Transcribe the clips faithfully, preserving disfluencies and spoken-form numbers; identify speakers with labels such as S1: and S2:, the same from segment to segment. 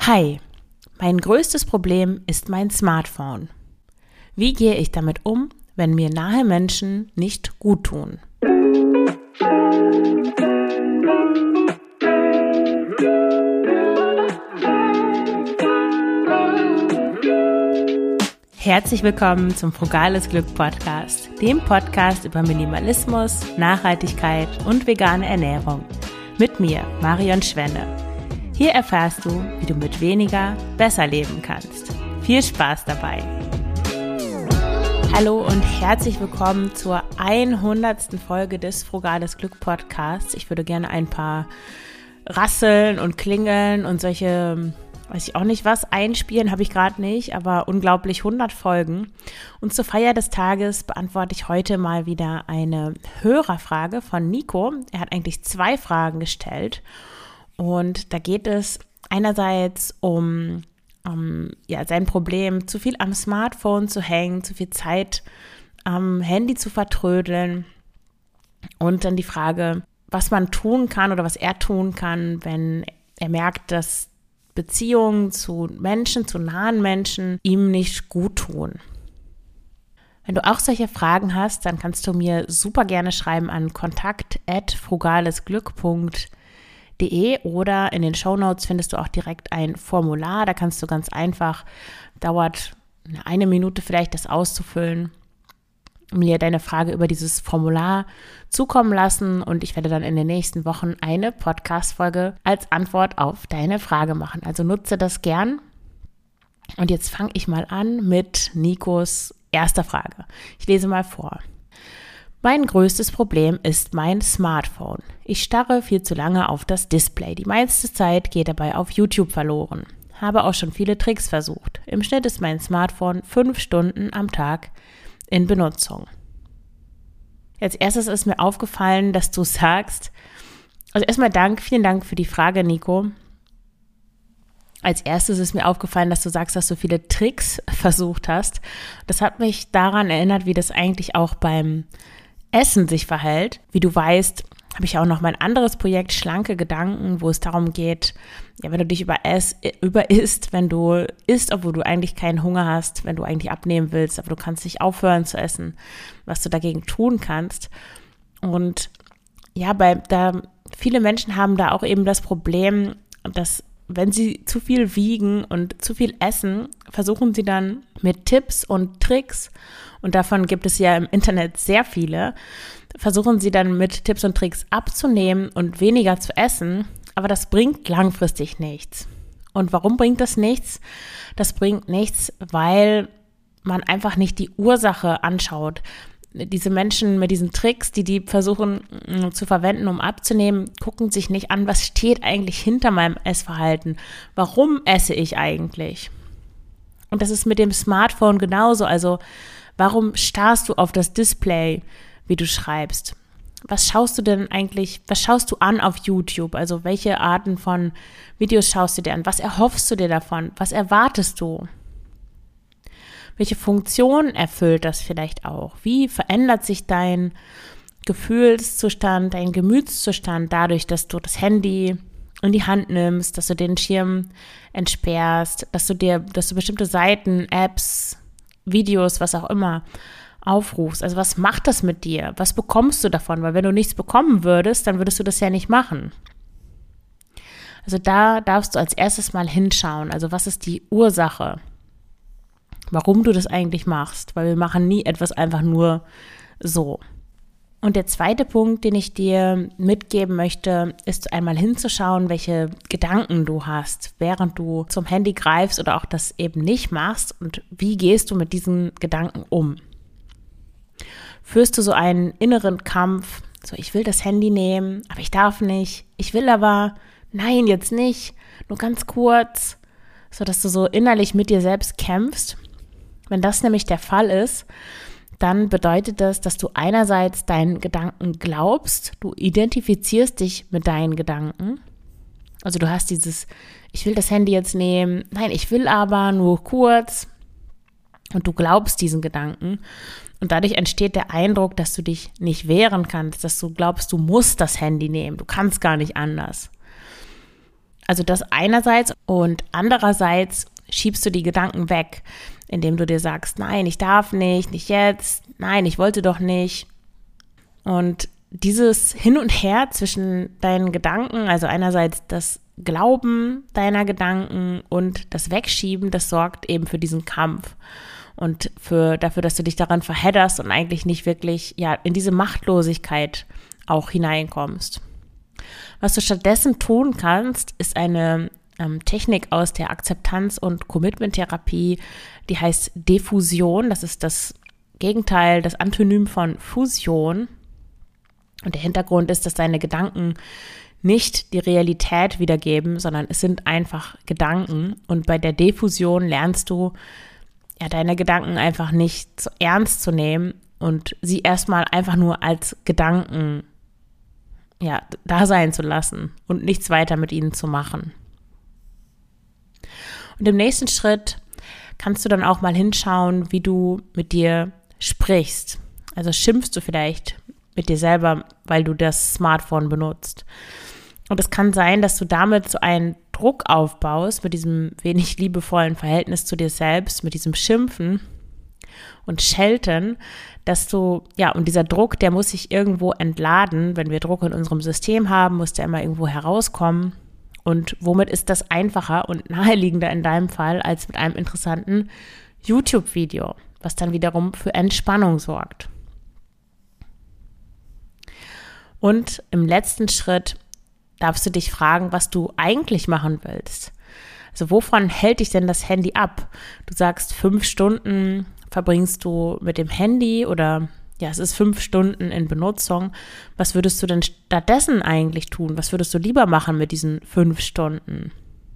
S1: Hi, mein größtes Problem ist mein Smartphone. Wie gehe ich damit um, wenn mir nahe Menschen nicht gut tun? Herzlich willkommen zum Frugales Glück Podcast, dem Podcast über Minimalismus, Nachhaltigkeit und vegane Ernährung. Mit mir, Marion Schwenne. Hier erfährst du, wie du mit weniger besser leben kannst. Viel Spaß dabei! Hallo und herzlich willkommen zur hundertsten Folge des Frugales Glück Podcasts. Ich würde gerne ein paar Rasseln und Klingeln und solche, weiß ich auch nicht was, einspielen, habe ich gerade nicht, aber unglaublich hundert Folgen. Und zur Feier des Tages beantworte ich heute mal wieder eine Hörerfrage von Nico. Er hat eigentlich zwei Fragen gestellt. Und da geht es einerseits um, um ja, sein Problem, zu viel am Smartphone zu hängen, zu viel Zeit am Handy zu vertrödeln. Und dann die Frage, was man tun kann oder was er tun kann, wenn er merkt, dass Beziehungen zu Menschen, zu nahen Menschen ihm nicht gut tun. Wenn du auch solche Fragen hast, dann kannst du mir super gerne schreiben an kontakt at frugalesglück punkt de oder in den Shownotes findest du auch direkt ein Formular. Da kannst du ganz einfach, dauert eine Minute vielleicht, das auszufüllen, mir deine Frage über dieses Formular zukommen lassen und ich werde dann in den nächsten Wochen eine Podcast-Folge als Antwort auf deine Frage machen. Also nutze das gern. Und jetzt fange ich mal an mit Nikos erster Frage. Ich lese mal vor. Mein größtes Problem ist mein Smartphone. Ich starre viel zu lange auf das Display. Die meiste Zeit geht dabei auf YouTube verloren. Habe auch schon viele Tricks versucht. Im Schnitt ist mein Smartphone fünf Stunden am Tag in Benutzung. Als erstes ist mir aufgefallen, dass du sagst, also erstmal Dank, vielen Dank für die Frage, Nico. Als erstes ist mir aufgefallen, dass du sagst, dass du viele Tricks versucht hast. Das hat mich daran erinnert, wie das eigentlich auch beim Essen sich verhält. Wie du weißt, habe ich auch noch mein anderes Projekt, Schlanke Gedanken, wo es darum geht, ja, wenn du dich über ess, über isst, wenn du isst, obwohl du eigentlich keinen Hunger hast, wenn du eigentlich abnehmen willst, aber du kannst nicht aufhören zu essen, was du dagegen tun kannst. Und ja, bei da viele Menschen haben da auch eben das Problem, dass wenn sie zu viel wiegen und zu viel essen, versuchen sie dann mit Tipps und Tricks, und davon gibt es ja im Internet sehr viele, versuchen sie dann mit Tipps und Tricks abzunehmen und weniger zu essen, aber das bringt langfristig nichts. Und warum bringt das nichts? Das bringt nichts, weil man einfach nicht die Ursache anschaut. Diese Menschen mit diesen Tricks, die die versuchen mh, zu verwenden, um abzunehmen, gucken sich nicht an, was steht eigentlich hinter meinem Essverhalten. Warum esse ich eigentlich? Und das ist mit dem Smartphone genauso. Also warum starrst du auf das Display, wie du schreibst? Was schaust du denn eigentlich, was schaust du an auf YouTube? Also welche Arten von Videos schaust du dir an? Was erhoffst du dir davon? Was erwartest du? Welche Funktion erfüllt das vielleicht auch? Wie verändert sich dein Gefühlszustand, dein Gemütszustand dadurch, dass du das Handy in die Hand nimmst, dass du den Schirm entsperrst, dass du dir, dass du bestimmte Seiten, Apps, Videos, was auch immer aufrufst? Also was macht das mit dir? Was bekommst du davon? Weil wenn du nichts bekommen würdest, dann würdest du das ja nicht machen. Also da darfst du als erstes mal hinschauen. Also was ist die Ursache? Warum du das eigentlich machst, weil wir machen nie etwas einfach nur so. Und der zweite Punkt, den ich dir mitgeben möchte, ist einmal hinzuschauen, welche Gedanken du hast, während du zum Handy greifst oder auch das eben nicht machst und wie gehst du mit diesen Gedanken um. Führst du so einen inneren Kampf, so ich will das Handy nehmen, aber ich darf nicht, ich will aber, nein, jetzt nicht, nur ganz kurz, so dass du so innerlich mit dir selbst kämpfst. Wenn das nämlich der Fall ist, dann bedeutet das, dass du einerseits deinen Gedanken glaubst, du identifizierst dich mit deinen Gedanken. Also du hast dieses, ich will das Handy jetzt nehmen, nein, ich will aber nur kurz, und du glaubst diesen Gedanken. Und dadurch entsteht der Eindruck, dass du dich nicht wehren kannst, dass du glaubst, du musst das Handy nehmen, du kannst gar nicht anders. Also das einerseits und andererseits schiebst du die Gedanken weg, indem du dir sagst, nein, ich darf nicht, nicht jetzt, nein, ich wollte doch nicht. Und dieses Hin und Her zwischen deinen Gedanken, also einerseits das Glauben deiner Gedanken und das Wegschieben, das sorgt eben für diesen Kampf und für, dafür, dass du dich daran verhedderst und eigentlich nicht wirklich ja, in diese Machtlosigkeit auch hineinkommst. Was du stattdessen tun kannst, ist eine ähm, Technik aus der Akzeptanz- und Commitment-Therapie, die heißt Diffusion. Das ist das Gegenteil, das Antonym von Fusion. Und der Hintergrund ist, dass deine Gedanken nicht die Realität wiedergeben, sondern es sind einfach Gedanken. Und bei der Diffusion lernst du, ja, deine Gedanken einfach nicht so ernst zu nehmen und sie erstmal einfach nur als Gedanken ja, da sein zu lassen und nichts weiter mit ihnen zu machen. Und im nächsten Schritt kannst du dann auch mal hinschauen, wie du mit dir sprichst. Also schimpfst du vielleicht mit dir selber, weil du das Smartphone benutzt. Und es kann sein, dass du damit so einen Druck aufbaust, mit diesem wenig liebevollen Verhältnis zu dir selbst, mit diesem Schimpfen und Schelten, dass du, ja, und dieser Druck, der muss sich irgendwo entladen. Wenn wir Druck in unserem System haben, muss der immer irgendwo herauskommen. Und womit ist das einfacher und naheliegender in deinem Fall als mit einem interessanten YouTube-Video, was dann wiederum für Entspannung sorgt. Und im letzten Schritt darfst du dich fragen, was du eigentlich machen willst. Also wovon hält dich denn das Handy ab? Du sagst, fünf Stunden verbringst du mit dem Handy oder ja, es ist fünf Stunden in Benutzung. Was würdest du denn stattdessen eigentlich tun? Was würdest du lieber machen mit diesen fünf Stunden?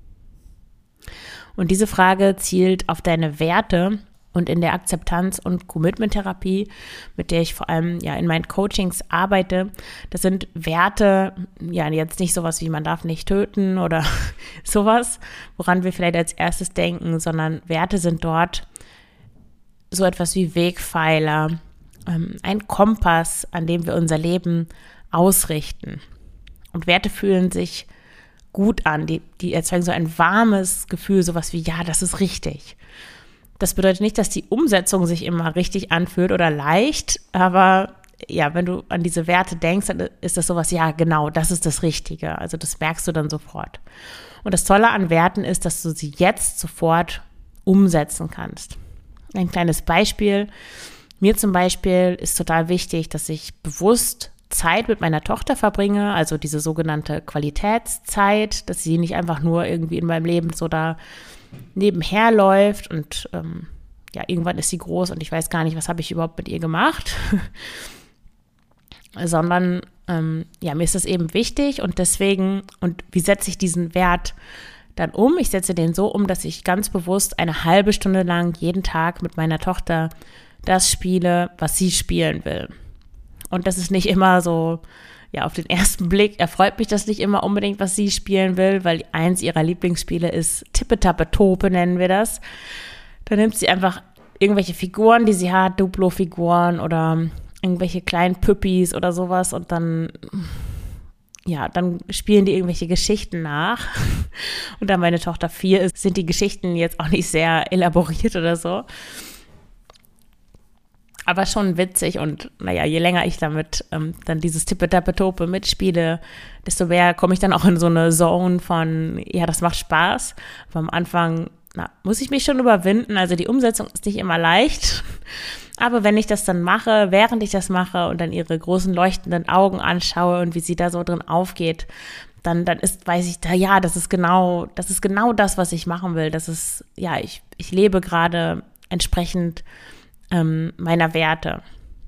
S1: Und diese Frage zielt auf deine Werte. Und in der Akzeptanz- und Commitment-Therapie, mit der ich vor allem ja in meinen Coachings arbeite, das sind Werte, ja jetzt nicht sowas wie man darf nicht töten oder sowas, woran wir vielleicht als erstes denken, sondern Werte sind dort so etwas wie Wegpfeiler, ähm, ein Kompass, an dem wir unser Leben ausrichten. Und Werte fühlen sich gut an, die, die erzeugen so ein warmes Gefühl, sowas wie, ja, das ist richtig. Das bedeutet nicht, dass die Umsetzung sich immer richtig anfühlt oder leicht, aber ja, wenn du an diese Werte denkst, dann ist das sowas, ja, genau, das ist das Richtige. Also das merkst du dann sofort. Und das Tolle an Werten ist, dass du sie jetzt sofort umsetzen kannst. Ein kleines Beispiel. Mir zum Beispiel ist total wichtig, dass ich bewusst Zeit mit meiner Tochter verbringe, also diese sogenannte Qualitätszeit, dass sie nicht einfach nur irgendwie in meinem Leben so da nebenher läuft und ähm, ja, irgendwann ist sie groß und ich weiß gar nicht, was habe ich überhaupt mit ihr gemacht, sondern ähm, ja, mir ist das eben wichtig und deswegen, und wie setze ich diesen Wert dann um? Ich setze den so um, dass ich ganz bewusst eine halbe Stunde lang jeden Tag mit meiner Tochter das spiele, was sie spielen will. Und das ist nicht immer so, ja, auf den ersten Blick erfreut mich das nicht immer unbedingt, was sie spielen will, weil eins ihrer Lieblingsspiele ist Tippe-Tappe-Tope, nennen wir das. Da nimmt sie einfach irgendwelche Figuren, die sie hat, Duplo-Figuren oder irgendwelche kleinen Püppis oder sowas und dann, ja, dann spielen die irgendwelche Geschichten nach. Und da meine Tochter vier ist, sind die Geschichten jetzt auch nicht sehr elaboriert oder so. Aber schon witzig und naja, je länger ich damit ähm, dann dieses Tippe-Tappe-Tope mitspiele, desto mehr komme ich dann auch in so eine Zone von, ja, das macht Spaß. Aber am Anfang na, muss ich mich schon überwinden, also die Umsetzung ist nicht immer leicht. Aber wenn ich das dann mache, während ich das mache und dann ihre großen leuchtenden Augen anschaue und wie sie da so drin aufgeht, dann, dann ist, weiß ich, da, ja, das ist genau, das ist genau das, was ich machen will. Das ist, ja, ich, ich lebe gerade entsprechend meiner Werte.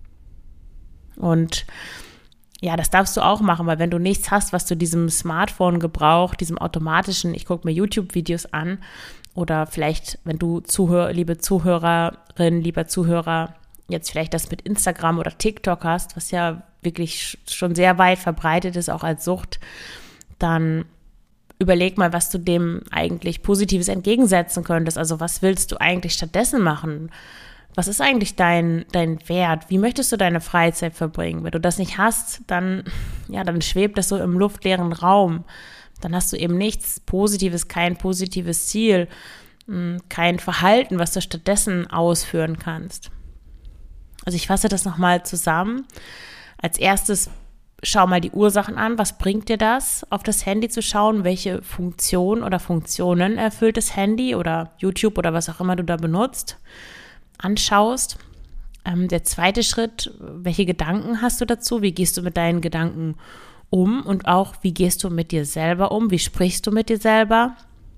S1: Und ja, das darfst du auch machen, weil wenn du nichts hast, was zu diesem Smartphone-Gebrauch, diesem automatischen, ich gucke mir YouTube-Videos an oder vielleicht, wenn du, Zuhör, liebe Zuhörerin, lieber Zuhörer, jetzt vielleicht das mit Instagram oder TikTok hast, was ja wirklich schon sehr weit verbreitet ist, auch als Sucht, dann überleg mal, was du dem eigentlich Positives entgegensetzen könntest. Also was willst du eigentlich stattdessen machen? Was ist eigentlich dein, dein Wert? Wie möchtest du deine Freizeit verbringen? Wenn du das nicht hast, dann, ja, dann schwebt das so im luftleeren Raum. dann hast du eben nichts Positives, kein positives Ziel, kein Verhalten, was du stattdessen ausführen kannst. Also ich fasse das nochmal zusammen. Als erstes schau mal die Ursachen an. Was bringt dir das, auf das Handy zu schauen? Welche Funktion oder Funktionen erfüllt das Handy oder YouTube oder was auch immer du da benutzt, anschaust? Ähm, der zweite Schritt, welche Gedanken hast du dazu? Wie gehst du mit deinen Gedanken um? Und auch, wie gehst du mit dir selber um? Wie sprichst du mit dir selber?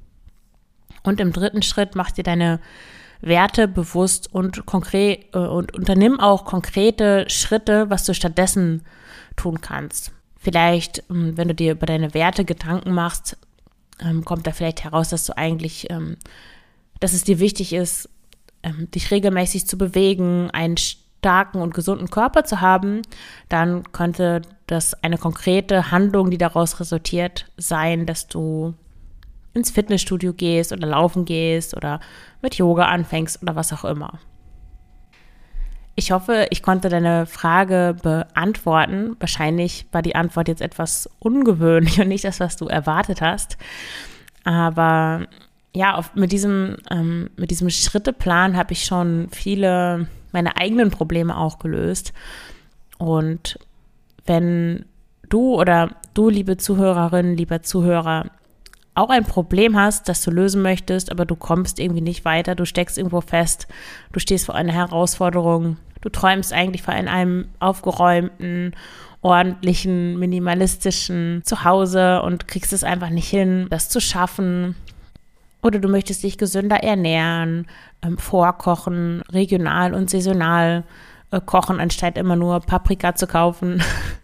S1: Und im dritten Schritt, mach dir deine Werte bewusst und konkret äh, und unternimm auch konkrete Schritte, was du stattdessen tun kannst. Vielleicht, ähm, wenn du dir über deine Werte Gedanken machst, ähm, kommt da vielleicht heraus, dass du eigentlich, ähm, dass es dir wichtig ist, ähm, dich regelmäßig zu bewegen, einen starken und gesunden Körper zu haben. Dann könnte das eine konkrete Handlung, die daraus resultiert, sein, dass du ins Fitnessstudio gehst oder laufen gehst oder mit Yoga anfängst oder was auch immer. Ich hoffe, ich konnte deine Frage beantworten. Wahrscheinlich war die Antwort jetzt etwas ungewöhnlich und nicht das, was du erwartet hast. Aber ja, auf, mit diesem, ähm, mit diesem Schritteplan habe ich schon viele meine eigenen Probleme auch gelöst. Und wenn du oder du, liebe Zuhörerin, lieber Zuhörer, auch ein Problem hast, das du lösen möchtest, aber du kommst irgendwie nicht weiter, du steckst irgendwo fest, du stehst vor einer Herausforderung, du träumst eigentlich von einem aufgeräumten, ordentlichen, minimalistischen Zuhause und kriegst es einfach nicht hin, das zu schaffen. Oder du möchtest dich gesünder ernähren, ähm, vorkochen, regional und saisonal äh, kochen, anstatt immer nur Paprika zu kaufen.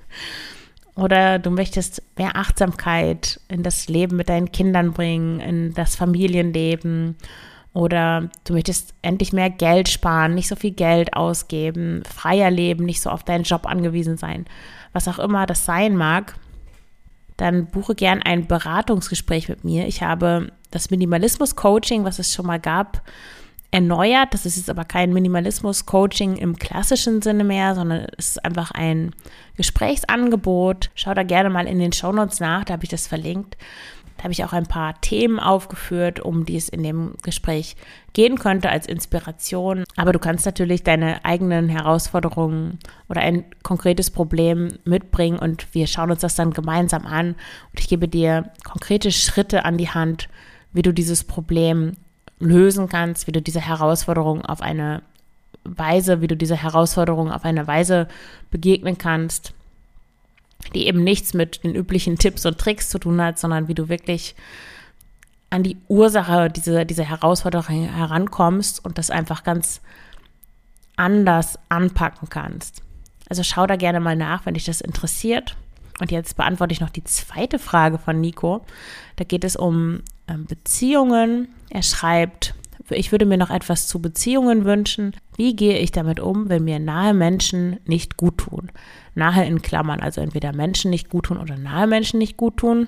S1: Oder du möchtest mehr Achtsamkeit in das Leben mit deinen Kindern bringen, in das Familienleben. Oder du möchtest endlich mehr Geld sparen, nicht so viel Geld ausgeben, freier leben, nicht so auf deinen Job angewiesen sein. Was auch immer das sein mag, dann buche gern ein Beratungsgespräch mit mir. Ich habe das Minimalismus-Coaching, was es schon mal gab, erneuert. Das ist jetzt aber kein Minimalismus-Coaching im klassischen Sinne mehr, sondern es ist einfach ein Gesprächsangebot. Schau da gerne mal in den Shownotes nach, da habe ich das verlinkt. Da habe ich auch ein paar Themen aufgeführt, um die es in dem Gespräch gehen könnte als Inspiration. Aber du kannst natürlich deine eigenen Herausforderungen oder ein konkretes Problem mitbringen und wir schauen uns das dann gemeinsam an. Und ich gebe dir konkrete Schritte an die Hand, wie du dieses Problem lösen kannst, wie du diese Herausforderung auf eine Weise, wie du dieser Herausforderung auf eine Weise begegnen kannst, die eben nichts mit den üblichen Tipps und Tricks zu tun hat, sondern wie du wirklich an die Ursache dieser, dieser Herausforderung herankommst und das einfach ganz anders anpacken kannst. Also schau da gerne mal nach, wenn dich das interessiert. Und jetzt beantworte ich noch die zweite Frage von Nico. Da geht es um ähm, Beziehungen. Er schreibt, ich würde mir noch etwas zu Beziehungen wünschen. Wie gehe ich damit um, wenn mir nahe Menschen nicht gut tun? Nahe in Klammern, also entweder Menschen nicht gut tun oder nahe Menschen nicht gut tun.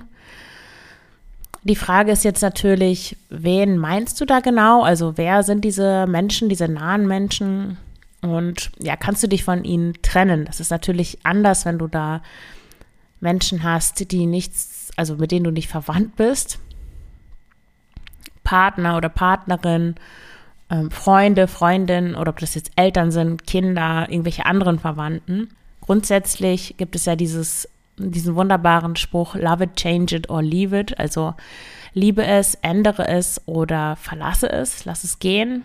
S1: Die Frage ist jetzt natürlich, wen meinst du da genau? Also wer sind diese Menschen, diese nahen Menschen? Und ja, kannst du dich von ihnen trennen? Das ist natürlich anders, wenn du da Menschen hast, die nichts, also mit denen du nicht verwandt bist. Partner oder Partnerin, ähm, Freunde, Freundin oder ob das jetzt Eltern sind, Kinder, irgendwelche anderen Verwandten. Grundsätzlich gibt es ja dieses, diesen wunderbaren Spruch, love it, change it or leave it, also liebe es, ändere es oder verlasse es, lass es gehen.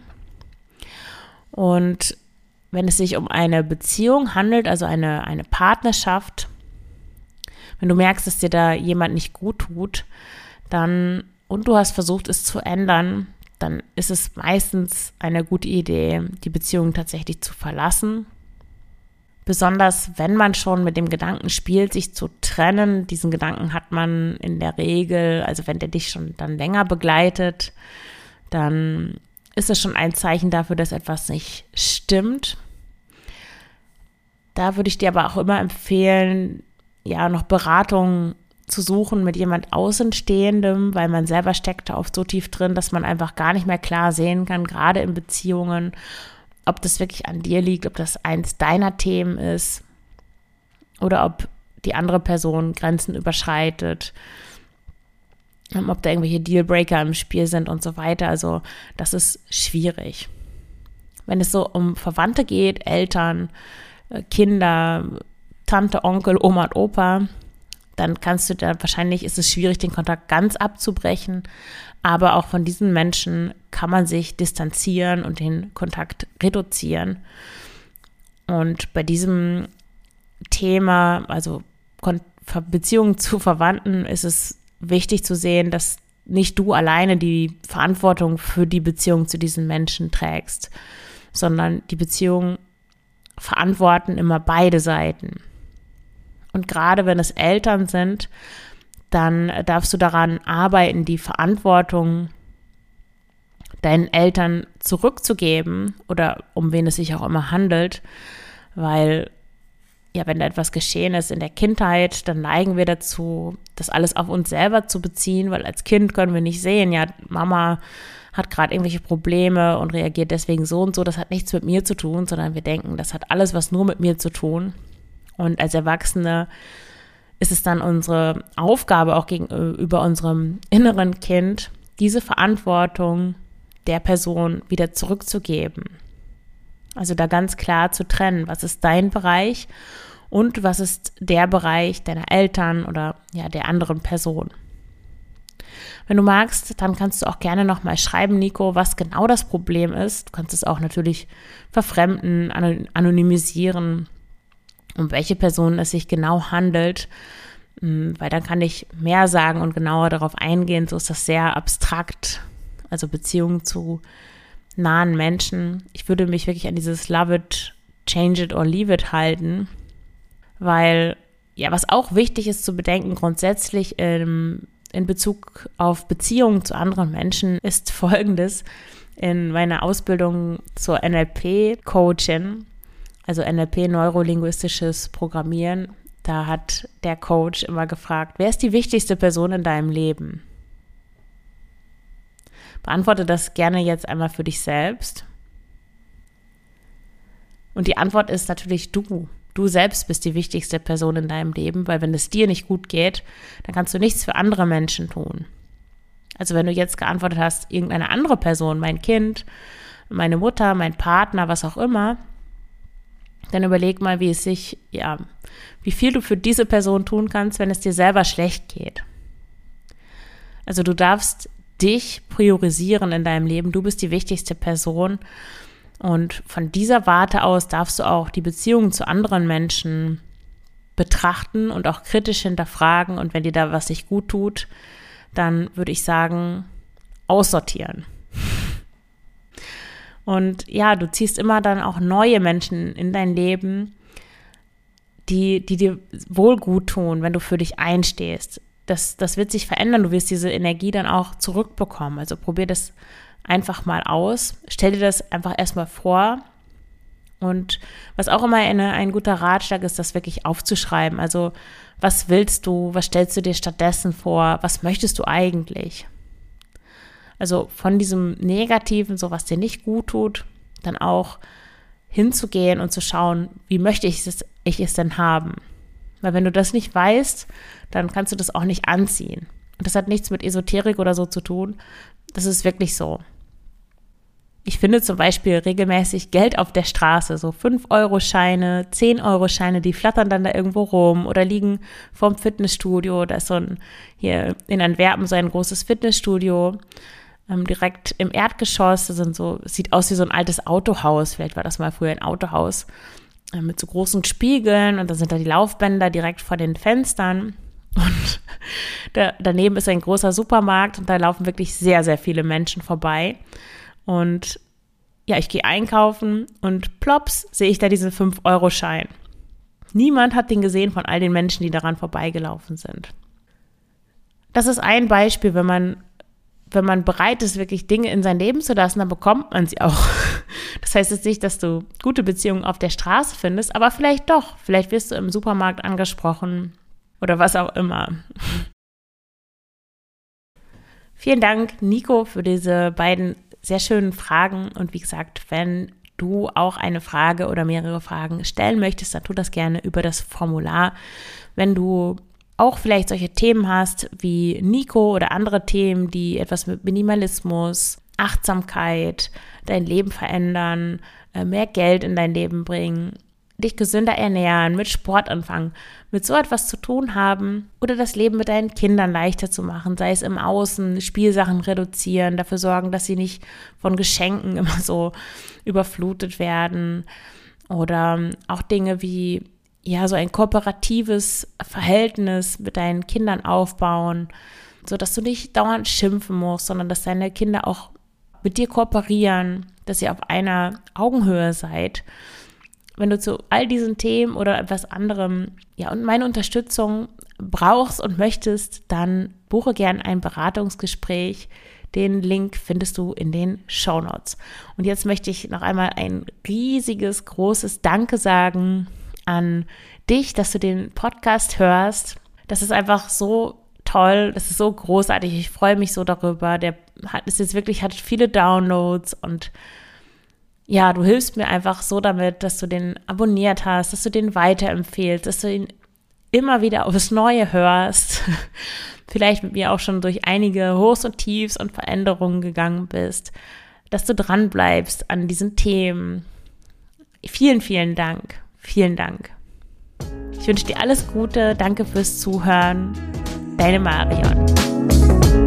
S1: Und wenn es sich um eine Beziehung handelt, also eine, eine Partnerschaft, wenn du merkst, dass dir da jemand nicht gut tut, dann und du hast versucht, es zu ändern, dann ist es meistens eine gute Idee, die Beziehung tatsächlich zu verlassen. Besonders wenn man schon mit dem Gedanken spielt, sich zu trennen. Diesen Gedanken hat man in der Regel, also wenn der dich schon dann länger begleitet, dann ist es schon ein Zeichen dafür, dass etwas nicht stimmt. Da würde ich dir aber auch immer empfehlen, ja, noch Beratung zu suchen mit jemand Außenstehendem, weil man selber steckt da oft so tief drin, dass man einfach gar nicht mehr klar sehen kann, gerade in Beziehungen, ob das wirklich an dir liegt, ob das eins deiner Themen ist oder ob die andere Person Grenzen überschreitet. ob da irgendwelche Dealbreaker im Spiel sind und so weiter. Also das ist schwierig. Wenn es so um Verwandte geht, Eltern, Kinder, Tante, Onkel, Oma und Opa, dann kannst du da, wahrscheinlich ist es schwierig, den Kontakt ganz abzubrechen, aber auch von diesen Menschen kann man sich distanzieren und den Kontakt reduzieren. Und bei diesem Thema, also Beziehungen zu Verwandten, ist es wichtig zu sehen, dass nicht du alleine die Verantwortung für die Beziehung zu diesen Menschen trägst, sondern die Beziehung verantworten immer beide Seiten. Und gerade wenn es Eltern sind, dann darfst du daran arbeiten, die Verantwortung deinen Eltern zurückzugeben oder um wen es sich auch immer handelt, weil ja, wenn da etwas geschehen ist in der Kindheit, dann neigen wir dazu, das alles auf uns selber zu beziehen, weil als Kind können wir nicht sehen, ja, Mama hat gerade irgendwelche Probleme und reagiert deswegen so und so, das hat nichts mit mir zu tun, sondern wir denken, das hat alles was nur mit mir zu tun. Und als Erwachsene ist es dann unsere Aufgabe auch gegenüber unserem inneren Kind, diese Verantwortung der Person wieder zurückzugeben. Also da ganz klar zu trennen, was ist dein Bereich und was ist der Bereich deiner Eltern oder ja der anderen Person. Wenn du magst, dann kannst du auch gerne nochmal schreiben, Nico, was genau das Problem ist. Du kannst es auch natürlich verfremden, anonymisieren, um welche Person es sich genau handelt, weil dann kann ich mehr sagen und genauer darauf eingehen. So ist das sehr abstrakt, also Beziehungen zu nahen Menschen. Ich würde mich wirklich an dieses Love it, change it or leave it halten, weil ja, was auch wichtig ist zu bedenken, grundsätzlich in, in Bezug auf Beziehungen zu anderen Menschen ist Folgendes. In meiner Ausbildung zur N L P-Coachin, also N L P, neurolinguistisches Programmieren, da hat der Coach immer gefragt, wer ist die wichtigste Person in deinem Leben? Beantworte das gerne jetzt einmal für dich selbst. Und die Antwort ist natürlich du. Du selbst bist die wichtigste Person in deinem Leben, weil wenn es dir nicht gut geht, dann kannst du nichts für andere Menschen tun. Also wenn du jetzt geantwortet hast, irgendeine andere Person, mein Kind, meine Mutter, mein Partner, was auch immer, dann überleg mal, wie es sich, ja, wie viel du für diese Person tun kannst, wenn es dir selber schlecht geht. Also du darfst dich priorisieren in deinem Leben. Du bist die wichtigste Person. Und von dieser Warte aus darfst du auch die Beziehungen zu anderen Menschen betrachten und auch kritisch hinterfragen. Und wenn dir da was nicht gut tut, dann würde ich sagen, aussortieren. Und ja, du ziehst immer dann auch neue Menschen in dein Leben, die, die dir wohl gut tun, wenn du für dich einstehst. Das, das wird sich verändern. Du wirst diese Energie dann auch zurückbekommen. Also probier das einfach mal aus. Stell dir das einfach erstmal vor. Und was auch immer eine, ein guter Ratschlag ist, das wirklich aufzuschreiben. Also was willst du? Was stellst du dir stattdessen vor? Was möchtest du eigentlich? Also von diesem Negativen, so was dir nicht gut tut, dann auch hinzugehen und zu schauen, wie möchte ich es, ich es denn haben? Weil wenn du das nicht weißt, dann kannst du das auch nicht anziehen. Und das hat nichts mit Esoterik oder so zu tun. Das ist wirklich so. Ich finde zum Beispiel regelmäßig Geld auf der Straße, so fünf Euro Scheine, zehn Euro Scheine, die flattern dann da irgendwo rum oder liegen vorm Fitnessstudio. Da ist so ein, hier in Antwerpen so ein großes Fitnessstudio, ähm, direkt im Erdgeschoss. Das sind so, sieht aus wie so ein altes Autohaus. Vielleicht war das mal früher ein Autohaus äh, mit so großen Spiegeln und dann sind da die Laufbänder direkt vor den Fenstern. Und da, daneben ist ein großer Supermarkt und da laufen wirklich sehr, sehr viele Menschen vorbei. Und ja, ich gehe einkaufen und plops, sehe ich da diesen fünf Euro Schein. Niemand hat den gesehen von all den Menschen, die daran vorbeigelaufen sind. Das ist ein Beispiel, wenn man, wenn man bereit ist, wirklich Dinge in sein Leben zu lassen, dann bekommt man sie auch. Das heißt jetzt nicht, dass du gute Beziehungen auf der Straße findest, aber vielleicht doch. Vielleicht wirst du im Supermarkt angesprochen oder was auch immer. Vielen Dank, Nico, für diese beiden sehr schönen Fragen. Und wie gesagt, wenn du auch eine Frage oder mehrere Fragen stellen möchtest, dann tu das gerne über das Formular. Wenn du auch vielleicht solche Themen hast wie Nico oder andere Themen, die etwas mit Minimalismus, Achtsamkeit, dein Leben verändern, mehr Geld in dein Leben bringen, dich gesünder ernähren, mit Sport anfangen, mit so etwas zu tun haben oder das Leben mit deinen Kindern leichter zu machen, sei es im Außen, Spielsachen reduzieren, dafür sorgen, dass sie nicht von Geschenken immer so überflutet werden oder auch Dinge wie, ja, so ein kooperatives Verhältnis mit deinen Kindern aufbauen, sodass du nicht dauernd schimpfen musst, sondern dass deine Kinder auch mit dir kooperieren, dass ihr auf einer Augenhöhe seid. Wenn du zu all diesen Themen oder etwas anderem, ja, und meine Unterstützung brauchst und möchtest, dann buche gern ein Beratungsgespräch. Den Link findest du in den Shownotes. Und jetzt möchte ich noch einmal ein riesiges, großes Danke sagen an dich, dass du den Podcast hörst. Das ist einfach so toll, das ist so großartig. Ich freue mich so darüber. Der hat ist jetzt wirklich hat viele Downloads und ja, du hilfst mir einfach so damit, dass du den abonniert hast, dass du den weiterempfehlst, dass du ihn immer wieder aufs Neue hörst. Vielleicht mit mir auch schon durch einige Hochs und Tiefs und Veränderungen gegangen bist, dass du dran bleibst an diesen Themen. Vielen, vielen Dank. Vielen Dank. Ich wünsche dir alles Gute. Danke fürs Zuhören. Deine Marion.